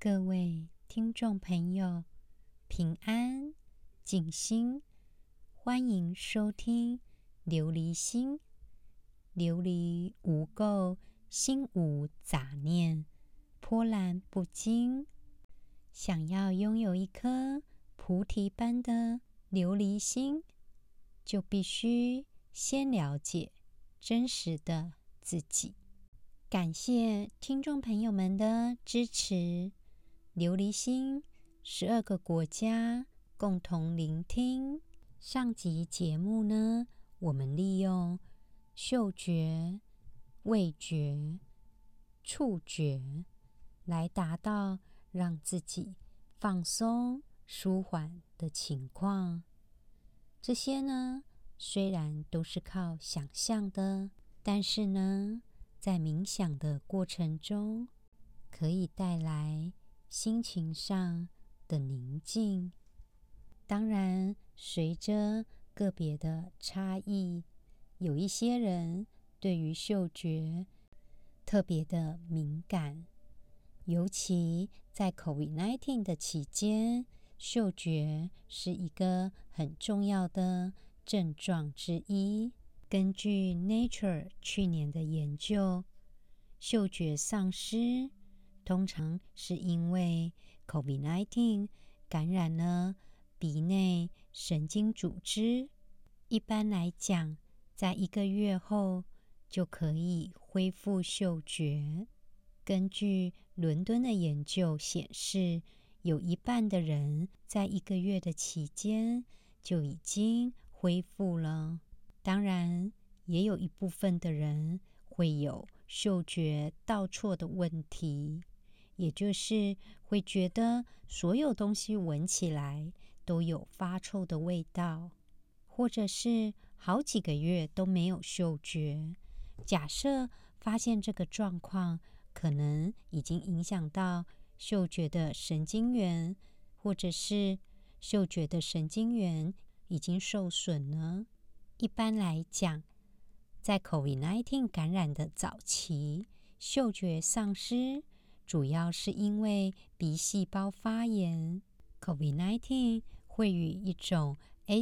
各位听众朋友，平安静心，欢迎收听琉璃心。琉璃无垢，心无杂念，波澜不惊。想要拥有一颗菩提般的琉璃心，就必须先了解真实的自己。感谢听众朋友们的支持。琉璃心12个国家共同聆听。上集节目呢，我们利用嗅觉、味觉、触觉来达到让自己放松、舒缓的情况。这些呢，虽然都是靠想象的，但是呢，在冥想的过程中，可以带来心情上的宁静。当然，随着个别的差异，有一些人对于嗅觉特别的敏感，尤其在 COVID-19 的期间，嗅觉是一个很重要的症状之一。根据 Nature 去年的研究，嗅觉丧失通常是因为 COVID-19 感染了鼻内神经组织。一般来讲，在1个月后就可以恢复嗅觉。根据伦敦的研究显示，有一半的人在1个月的期间就已经恢复了。当然，也有一部分的人会有嗅觉倒错的问题，也就是会觉得所有东西闻起来都有发臭的味道，或者是好几个月都没有嗅觉。假设发现这个状况可能已经影响到嗅觉的神经元，或者是嗅觉的神经元已经受损了。一般来讲，在 COVID-19 感染的早期，嗅觉丧失主要是因为鼻细胞发炎。COVID-19 会与一种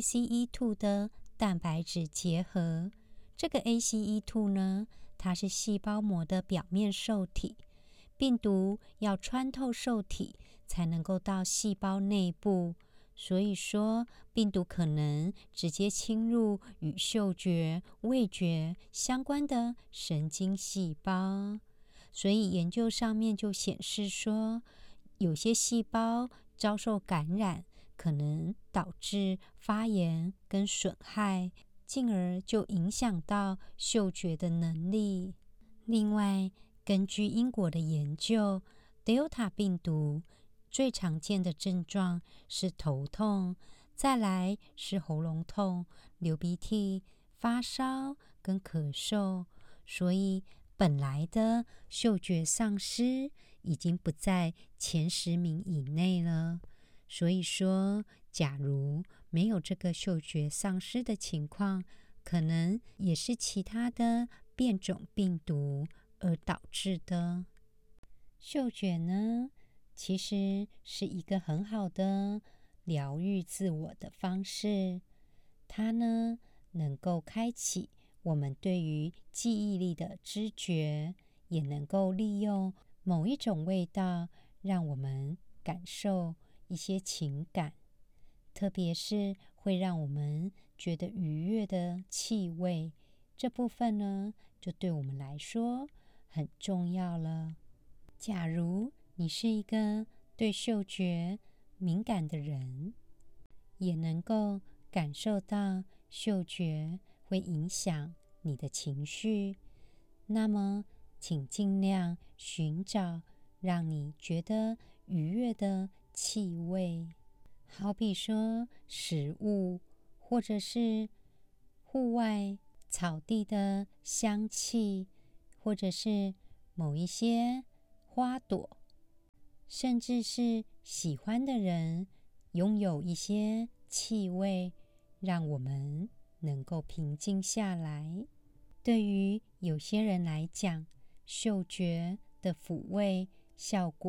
ACE2 的蛋白质结合。这个 ACE2 呢，它是细胞膜的表面受体，病毒要穿透受体才能够到细胞内部，所以说病毒可能直接侵入与嗅觉、味觉相关的神经细胞。所以研究上面就显示说，有些细胞遭受感染，可能导致发炎跟损害，进而就影响到嗅觉的能力。另外，根据英国的研究， Delta 病毒最常见的症状是头痛，再来是喉咙痛、流鼻涕、发烧跟咳嗽。所以本来的嗅觉丧失已经不在前10名以内了。所以说，假如没有这个嗅觉丧失的情况，可能也是其他的变种病毒而导致的。嗅觉呢，其实是一个很好的疗愈自我的方式。它呢，能够开启我们对于记忆力的知觉，也能够利用某一种味道让我们感受一些情感，特别是会让我们觉得愉悦的气味，这部分呢，就对我们来说很重要了。假如你是一个对嗅觉敏感的人，也能够感受到嗅觉会影响你的情绪，那么请尽量寻找让你觉得愉悦的气味，好比说食物，或者是户外草地的香气，或者是某一些花朵，甚至是喜欢的人拥有一些气味，让我们能够平静下来。对于有些人来讲，嗅觉的抚慰效果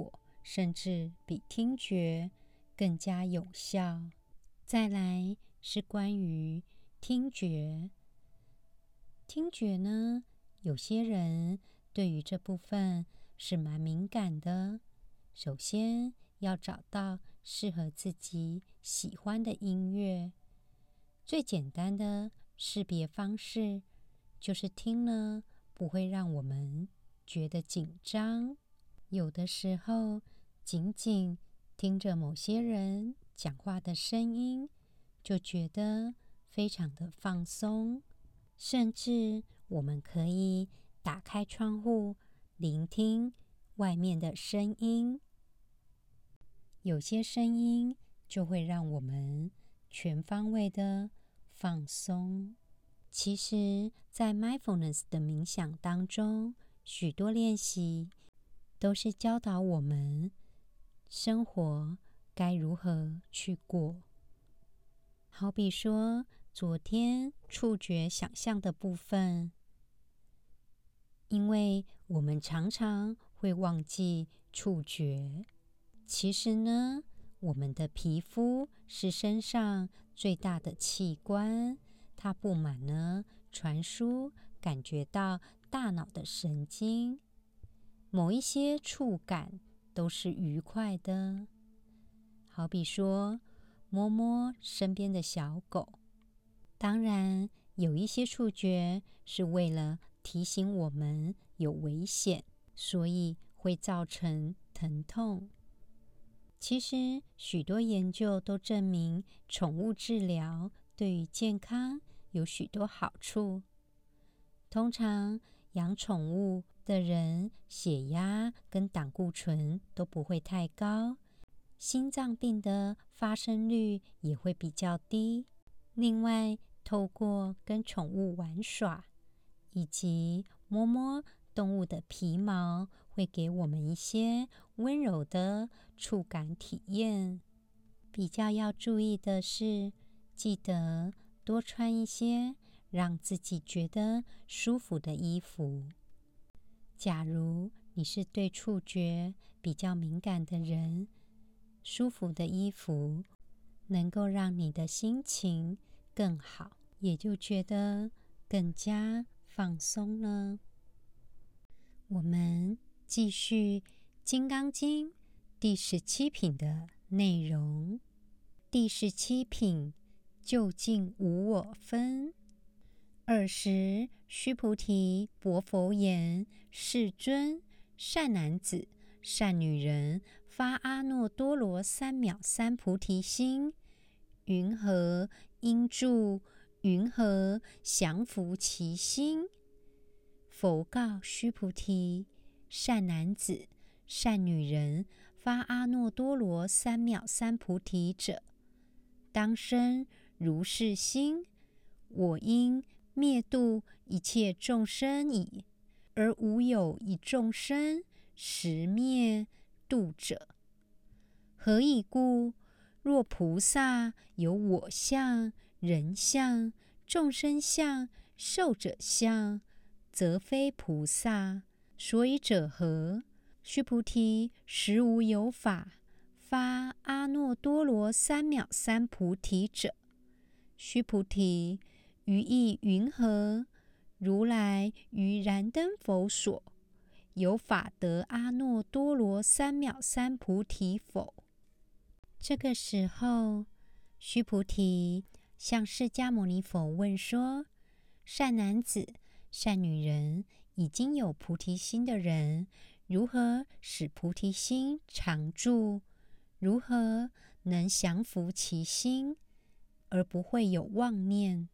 甚至比听觉更加有效。再来是关于听觉。听觉呢，有些人对于这部分是蛮敏感的。首先要找到适合自己喜欢的音乐。最简单的识别方式就是听了不会让我们觉得紧张。有的时候仅仅听着某些人讲话的声音，就觉得非常的放松。甚至我们可以打开窗户，聆听外面的声音。有些声音就会让我们全方位的放松。其实，在 mindfulness 的冥想当中，许多练习都是教导我们生活该如何去过。好比说，昨天触觉想象的部分，因为我们常常会忘记触觉。其实呢，我们的皮肤是身上最大的器官，它布满了传输感觉到大脑的神经。某一些触感都是愉快的，好比说摸摸身边的小狗。当然，有一些触觉是为了提醒我们有危险，所以会造成疼痛。其实，许多研究都证明，宠物治疗对于健康有许多好处。通常，养宠物的人血压跟胆固醇都不会太高，心脏病的发生率也会比较低。另外，透过跟宠物玩耍，以及摸摸动物的皮毛，会给我们一些温柔的触感体验。比较要注意的是，记得多穿一些让自己觉得舒服的衣服。假如你是对触觉比较敏感的人，舒服的衣服能够让你的心情更好，也就觉得更加放松了。我们继续《金刚经》第17品的内容。第17品，究竟无我分。尔时，须菩提薄佛言：世尊，善男子、善女人发阿耨多罗三藐三菩提心，云何应住？云何降伏其心？佛告须菩提：善男子、善女人发阿耨多罗三藐三菩提者，当生如是心：我应灭度一切众生矣，而无有一众生实灭度者。何以故？若菩萨有我相、人相、众生相、寿者相，则非菩萨。所以者何？须菩提，实无有法发阿耨多罗三藐三菩提者。须菩提，于意云何？如来于燃灯佛所，有法得阿耨多罗三藐三菩提否？这个时候，须菩提向释迦牟尼佛问说：善男子、善女人已经有菩提心的人，如何使菩提心常住？如何能降伏其心，而不会有妄念？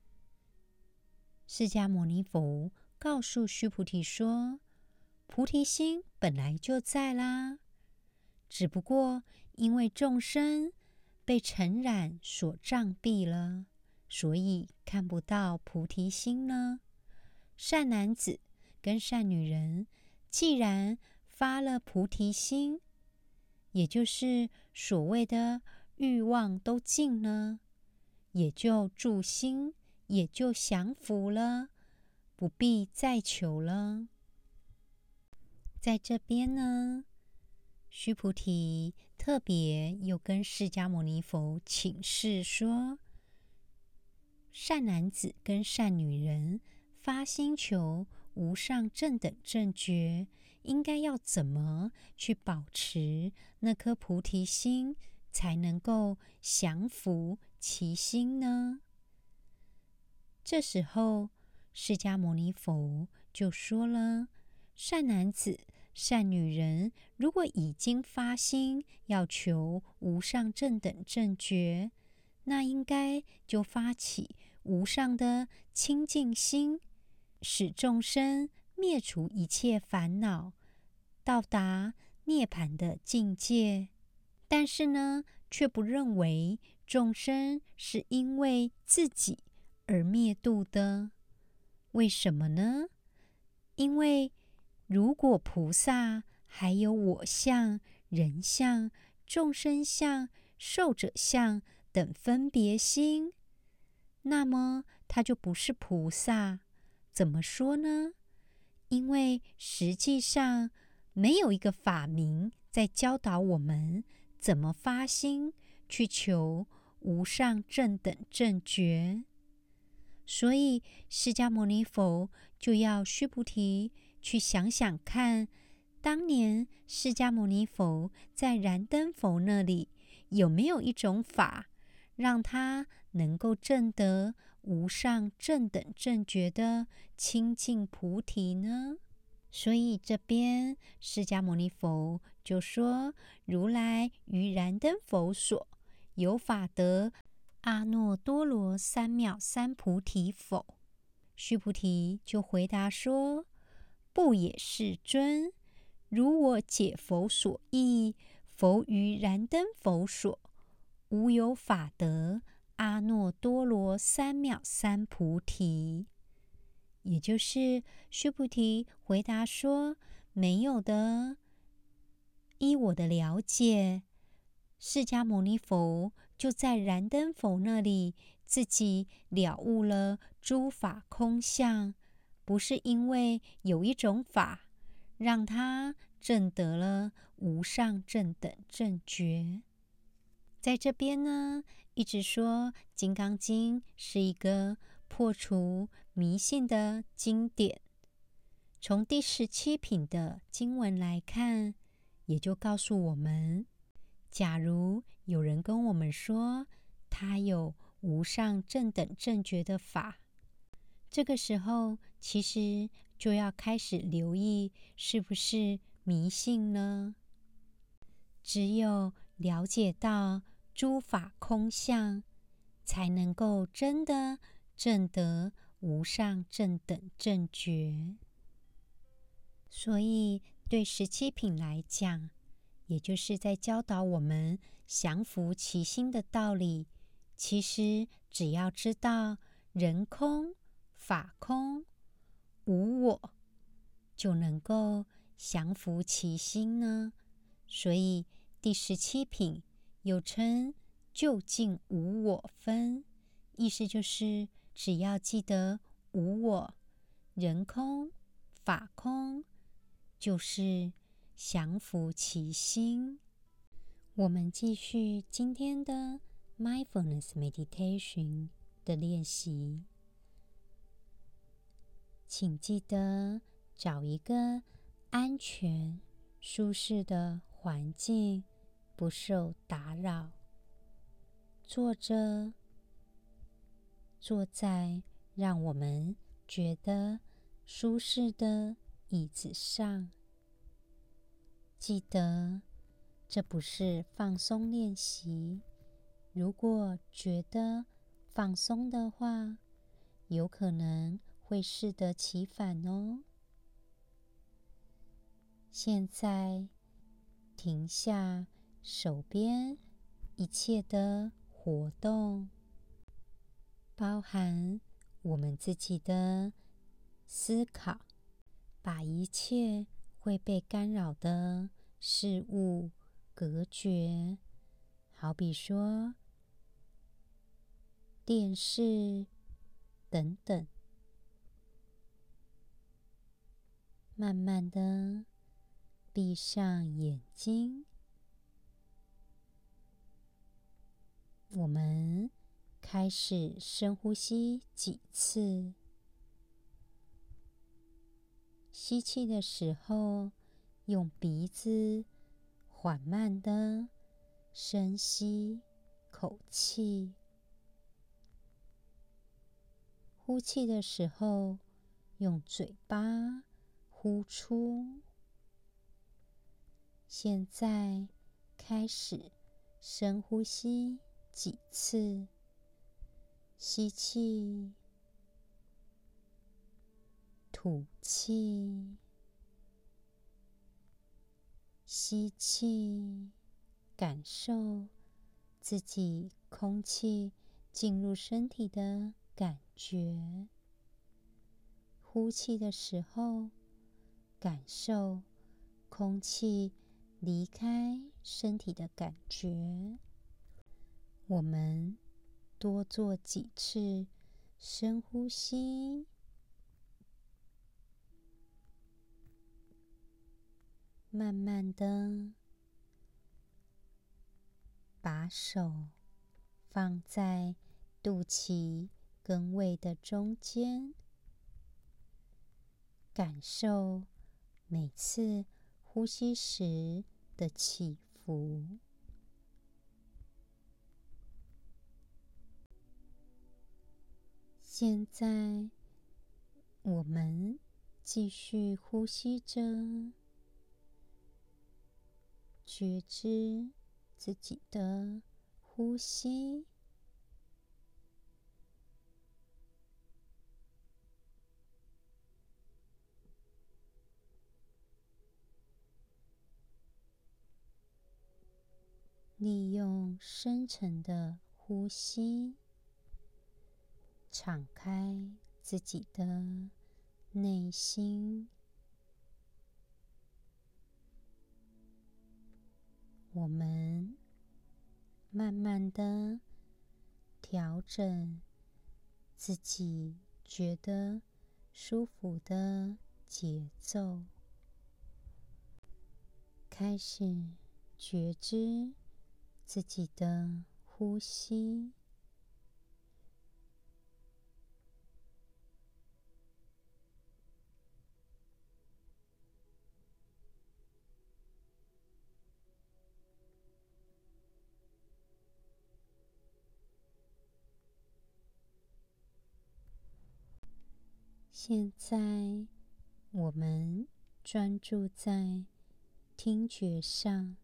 释迦牟尼佛告诉须菩提说：菩提心本来就在啦，只不过因为众生被尘染所障蔽了，所以看不到菩提心呢。善男子跟善女人既然发了菩提心，也就是所谓的欲望都尽了，也就住心，也就降伏了，不必再求了。在这边呢， 须菩提特别又跟释迦牟尼佛请示说，善男子跟善女人发心求无上正等正觉，应该要怎么去保持那颗菩提心，才能够降伏其心呢？这时候，释迦牟尼佛就说了，善男子、善女人，如果已经发心要求无上正等正觉，那应该就发起无上的清净心，使众生灭除一切烦恼，到达涅槃的境界。但是呢，却不认为众生是因为自己而灭度的。为什么呢？因为如果菩萨还有我相、人相、众生相、寿者相等分别心，那么他就不是菩萨。怎么说呢？因为实际上没有一个法名在教导我们怎么发心去求无上正等正觉。所以释迦牟尼佛就要须菩提去想想看，当年释迦牟尼佛在燃灯佛那里有没有一种法，让他能够证得无上正等正觉的清净菩提呢？所以这边释迦牟尼佛就说，如来于燃灯佛所有法得阿耨多罗三藐三菩提否？须菩提就回答说，不也，世尊。如我解佛所义，佛于燃灯佛所无有法得阿耨多罗三藐三菩提。也就是须菩提回答说，没有的。依我的了解，释迦牟尼佛就在燃灯佛那里自己了悟了诸法空相，不是因为有一种法让他证得了无上正等正觉。在这边呢，一直说《金刚经》是一个破除迷信的经典。从第17品的经文来看，也就告诉我们，假如有人跟我们说他有无上正等正觉的法，这个时候其实就要开始留意是不是迷信呢？只有了解到诸法空相，才能够真的证得无上正等正觉。所以对17品来讲，也就是在教导我们降伏其心的道理。其实只要知道人空、法空、无我，就能够降伏其心呢。所以第17品又称究竟无我分，意思就是只要记得无我、人空、法空，就是降伏其心。我们继续今天的 Mindfulness Meditation 的练习，请记得找一个安全、舒适的环境，不受打扰。坐在让我们觉得舒适的椅子上。记得，这不是放松练习。如果觉得放松的话，有可能会适得其反哦。现在停下手边一切的活动，包含我们自己的思考，把一切会被干扰的事物隔绝，好比说电视等等，慢慢的闭上眼睛，我们开始深呼吸几次。吸气的时候，用鼻子缓慢的深吸口气；呼气的时候，用嘴巴呼出。现在开始深呼吸几次，吸气，吐气，吸气，感受自己空气进入身体的感觉。呼气的时候，感受空气离开身体的感觉。我们多做几次深呼吸，慢慢的把手放在肚脐跟胃的中间，感受每次呼吸时的起伏。现在我们继续呼吸着，觉知自己的呼吸。利用深层的呼吸，敞开自己的内心。我们慢慢的调整自己觉得舒服的节奏，开始觉知自己的呼吸。现在我们专注在听觉上，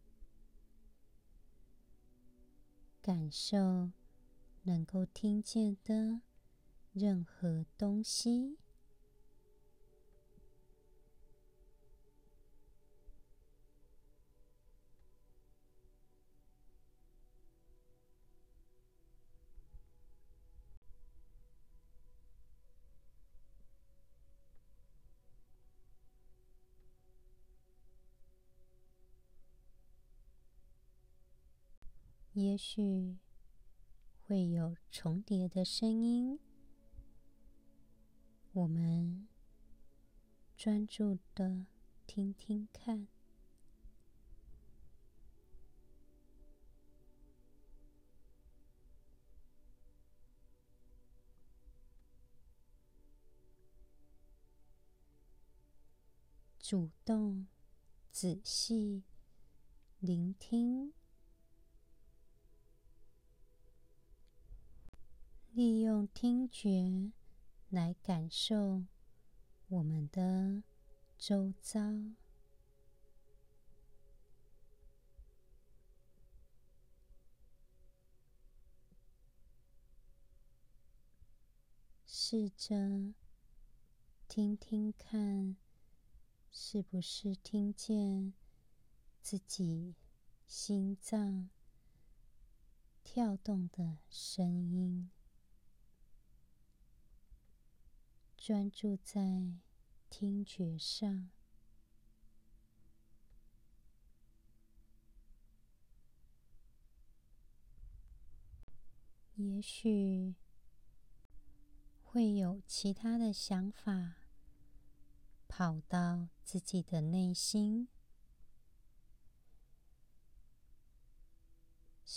感受能够听见的任何东西。也许会有重叠的声音，我们专注的听听看。主动、仔细聆听，利用听觉来感受我们的周遭。试着听听看，是不是听见自己心脏跳动的声音？专注在听觉上，也许会有其他的想法跑到自己的内心，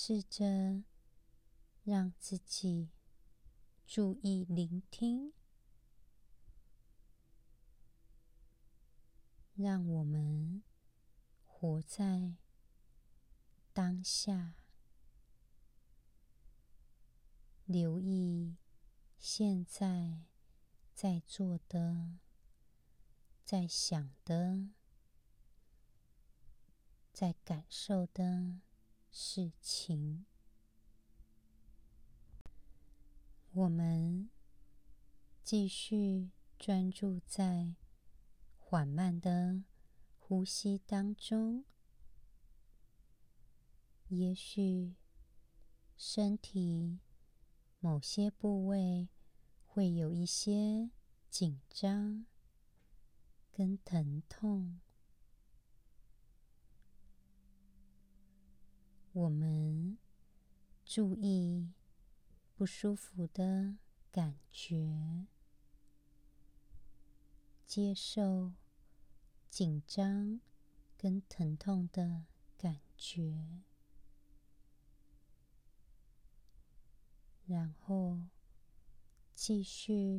试着让自己注意聆听，让我们活在当下，留意现在在做的、在想的、在感受的事情。我们继续专注在缓慢的呼吸当中，也许身体某些部位会有一些紧张跟疼痛，我们注意不舒服的感觉，接受紧张跟疼痛的感觉，然后继续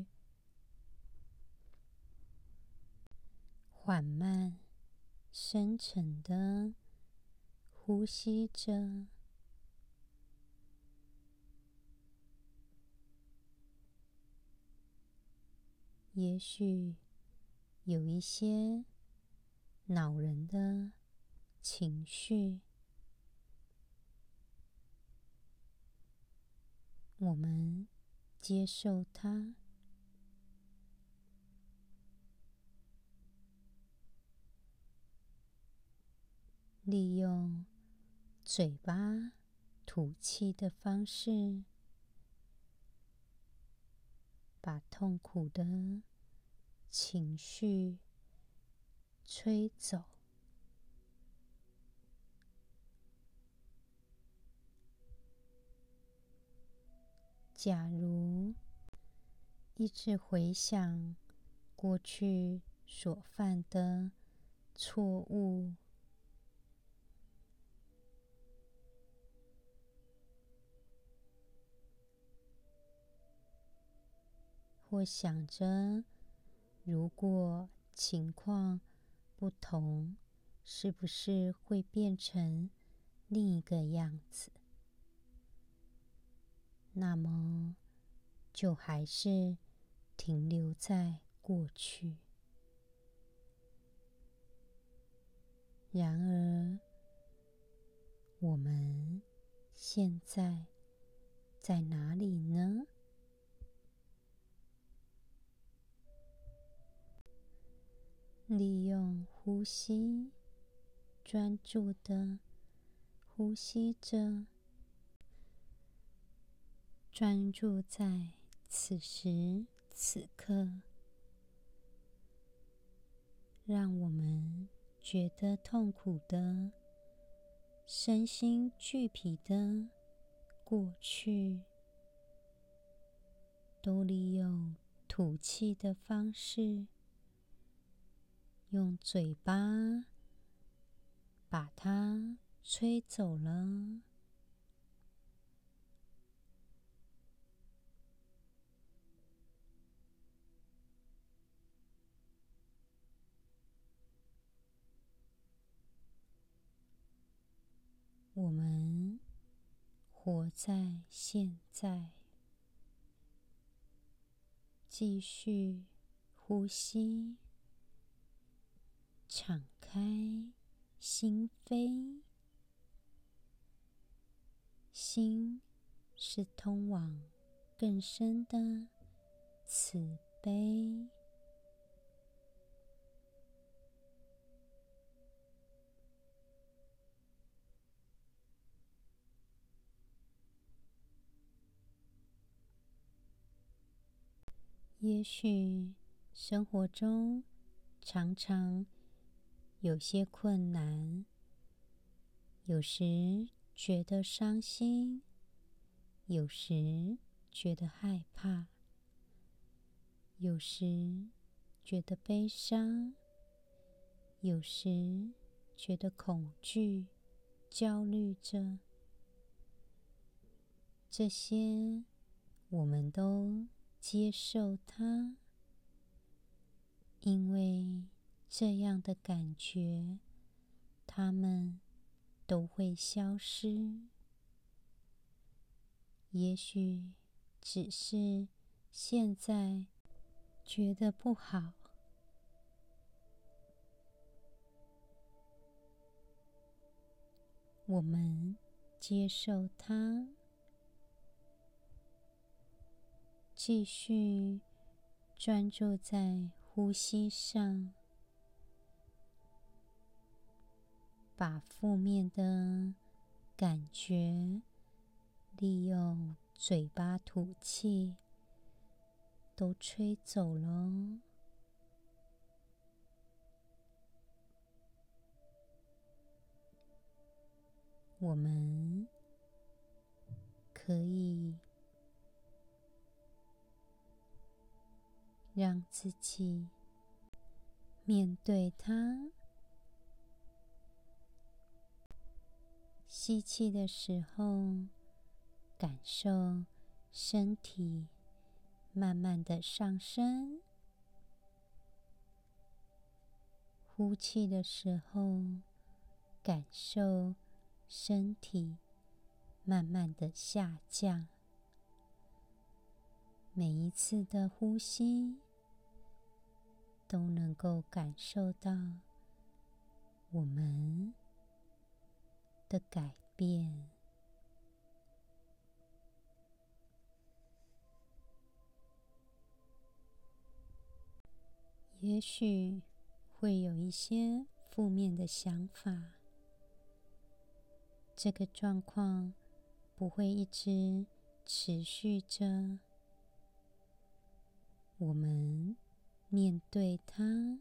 缓慢深沉的呼吸着。也许有一些恼人的情绪，我们接受它，利用嘴巴吐气的方式，把痛苦的情绪吹走。假如一直回想过去所犯的错误，或想着如果情况不同，是不是会变成另一个样子？那么就还是停留在过去。然而，我们现在在哪里呢？利用呼吸，专注的呼吸着，专注在此时此刻，让我们觉得痛苦的、身心俱疲的过去，都利用吐气的方式，用嘴巴把它吹走了。我们活在现在，继续呼吸，敞开心扉。心是通往更深的慈悲。也许生活中常常有些困难，有时觉得伤心，有时觉得害怕，有时觉得悲伤，有时觉得恐惧、焦虑着。 这些我们都接受它，因为这样的感觉，它们都会消失。也许只是现在觉得不好，我们接受它，继续专注在呼吸上，把负面的感觉利用嘴巴吐气都吹走了。我们可以让自己面对它。吸气的时候，感受身体慢慢的上升；呼气的时候，感受身体慢慢的下降。每一次的呼吸，都能够感受到我们的改变。也许会有一些负面的想法，这个状况不会一直持续着。我们面对它，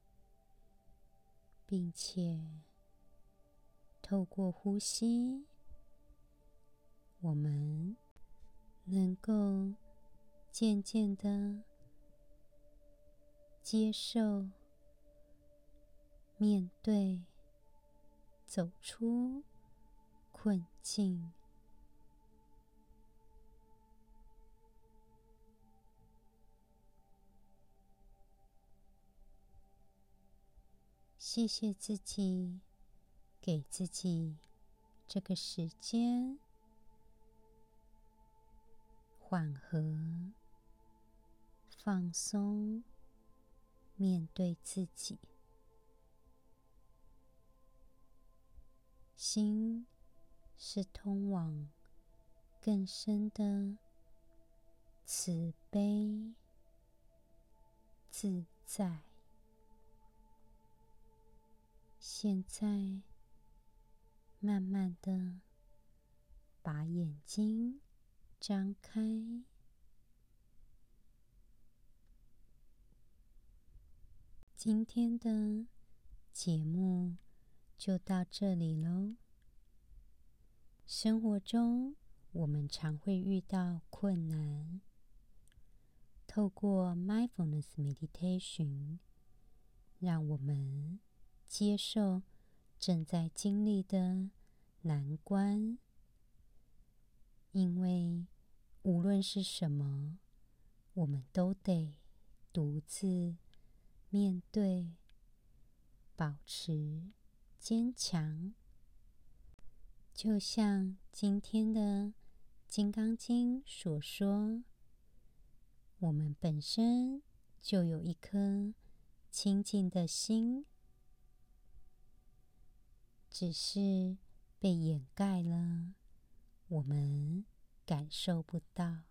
并且透过呼吸，我们能够渐渐的接受、面对、走出困境。谢谢自己，给自己这个时间，缓和、放松，面对自己。心是通往更深的慈悲、自在。现在，慢慢的把眼睛张开。今天的节目就到这里咯。生活中，我们常会遇到困难，透过 Mindfulness Meditation， 让我们接受正在经历的难关，因为无论是什么，我们都得独自面对，保持坚强。就像今天的《金刚经》所说，我们本身就有一颗清净的心，只是被掩盖了，我们感受不到。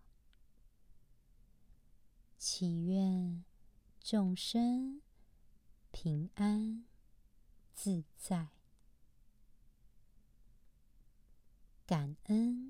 祈愿众生平安自在，感恩